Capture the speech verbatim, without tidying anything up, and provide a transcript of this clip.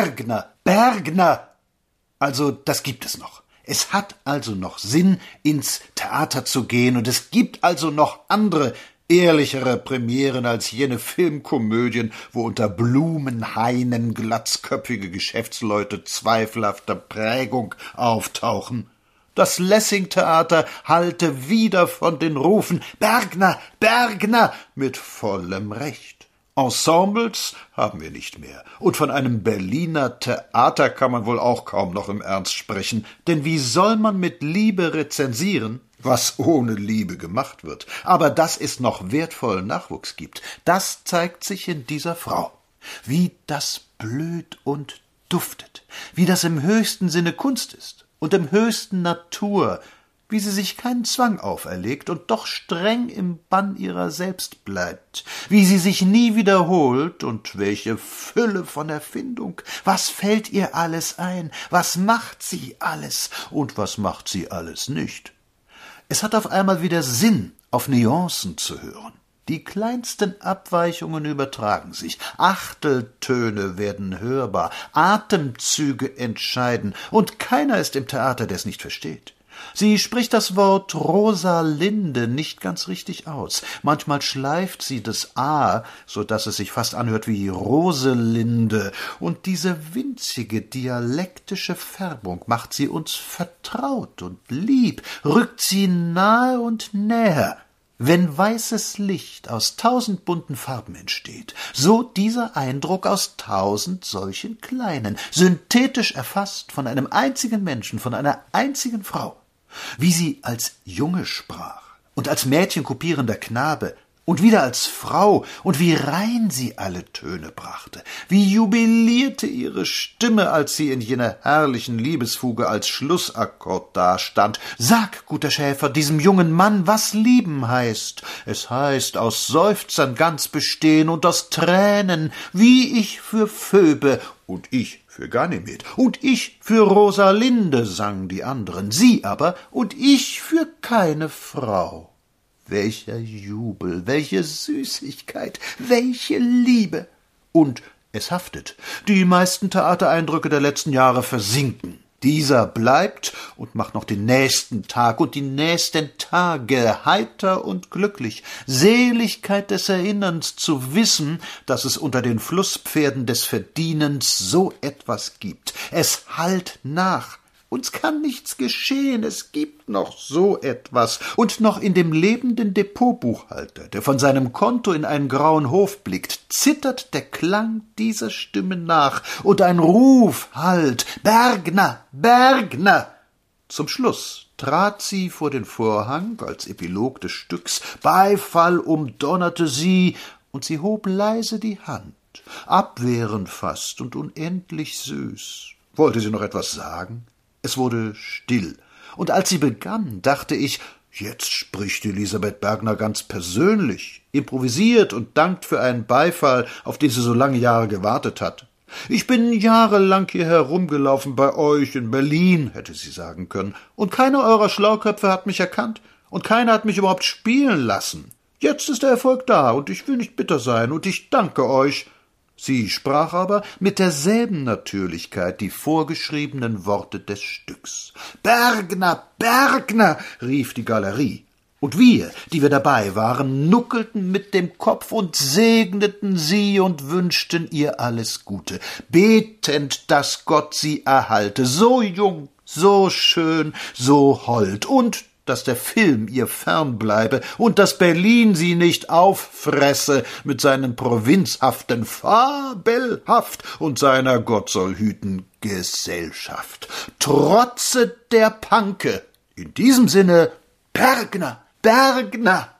Bergner, Bergner! Also, das gibt es noch. Es hat also noch Sinn, ins Theater zu gehen, und es gibt also noch andere, ehrlichere Premieren als jene Filmkomödien, wo unter Blumenhainen glatzköpfige Geschäftsleute zweifelhafter Prägung auftauchen. Das Lessing-Theater hallte wieder von den Rufen »Bergner, Bergner« mit vollem Recht. Ensembles haben wir nicht mehr, und von einem Berliner Theater kann man wohl auch kaum noch im Ernst sprechen, denn wie soll man mit Liebe rezensieren, was ohne Liebe gemacht wird? Aber dass es noch wertvollen Nachwuchs gibt, das zeigt sich in dieser Frau. Wie das blüht und duftet, wie das im höchsten Sinne Kunst ist und im höchsten Natur, wie sie sich keinen Zwang auferlegt und doch streng im Bann ihrer selbst bleibt, wie sie sich nie wiederholt und welche Fülle von Erfindung, was fällt ihr alles ein, was macht sie alles und was macht sie alles nicht. Es hat auf einmal wieder Sinn, auf Nuancen zu hören. Die kleinsten Abweichungen übertragen sich, Achteltöne werden hörbar, Atemzüge entscheiden, und keiner ist im Theater, der es nicht versteht. Sie spricht das Wort Rosalinde nicht ganz richtig aus. Manchmal schleift sie das A, so dass es sich fast anhört wie Roselinde. Und diese winzige dialektische Färbung macht sie uns vertraut und lieb, rückt sie nahe und näher. Wenn weißes Licht aus tausend bunten Farben entsteht, so dieser Eindruck aus tausend solchen kleinen, synthetisch erfasst von einem einzigen Menschen, von einer einzigen Frau. Wie sie als Junge sprach und als Mädchen kopierender Knabe und wieder als Frau, und wie rein sie alle Töne brachte, wie jubilierte ihre Stimme, als sie in jener herrlichen Liebesfuge als Schlussakkord dastand. Sag, guter Schäfer, diesem jungen Mann, was lieben heißt. Es heißt aus Seufzern ganz bestehen und aus Tränen, wie ich für Phoebe und ich für Ganymed und ich für Rosalinde, sangen die anderen, sie aber und ich für keine Frau. Welcher Jubel, welche Süßigkeit, welche Liebe! Und es haftet. Die meisten Theatereindrücke der letzten Jahre versinken. Dieser bleibt und macht noch den nächsten Tag und die nächsten Tage heiter und glücklich. Seligkeit des Erinnerns zu wissen, dass es unter den Flusspferden des Verdienens so etwas gibt. Es hallt nach. Uns kann nichts geschehen, es gibt noch so etwas. Und noch in dem lebenden Depotbuchhalter, der von seinem Konto in einen grauen Hof blickt, zittert der Klang dieser Stimme nach, und ein Ruf hallt, »Bergner, Bergner!« Zum Schluss trat sie vor den Vorhang als Epilog des Stücks, Beifall umdonnerte sie, und sie hob leise die Hand, abwehrend fast und unendlich süß. Wollte sie noch etwas sagen? Es wurde still, und als sie begann, dachte ich, jetzt spricht Elisabeth Bergner ganz persönlich, improvisiert und dankt für einen Beifall, auf den sie so lange Jahre gewartet hat. »Ich bin jahrelang hier herumgelaufen bei euch in Berlin«, hätte sie sagen können, »und keiner eurer Schlauköpfe hat mich erkannt, und keiner hat mich überhaupt spielen lassen. Jetzt ist der Erfolg da, und ich will nicht bitter sein, und ich danke euch.« Sie sprach aber mit derselben Natürlichkeit die vorgeschriebenen Worte des Stücks. »Bergner, Bergner«, rief die Galerie. Und wir, die wir dabei waren, nuckelten mit dem Kopf und segneten sie und wünschten ihr alles Gute, betend, dass Gott sie erhalte, so jung, so schön, so hold, und dass der Film ihr fern bleibe und dass Berlin sie nicht auffresse mit seinen provinzhaften Fabelhaft und seiner Gott soll hüten Gesellschaft. Trotze der Panke. In diesem Sinne, Bergner, Bergner!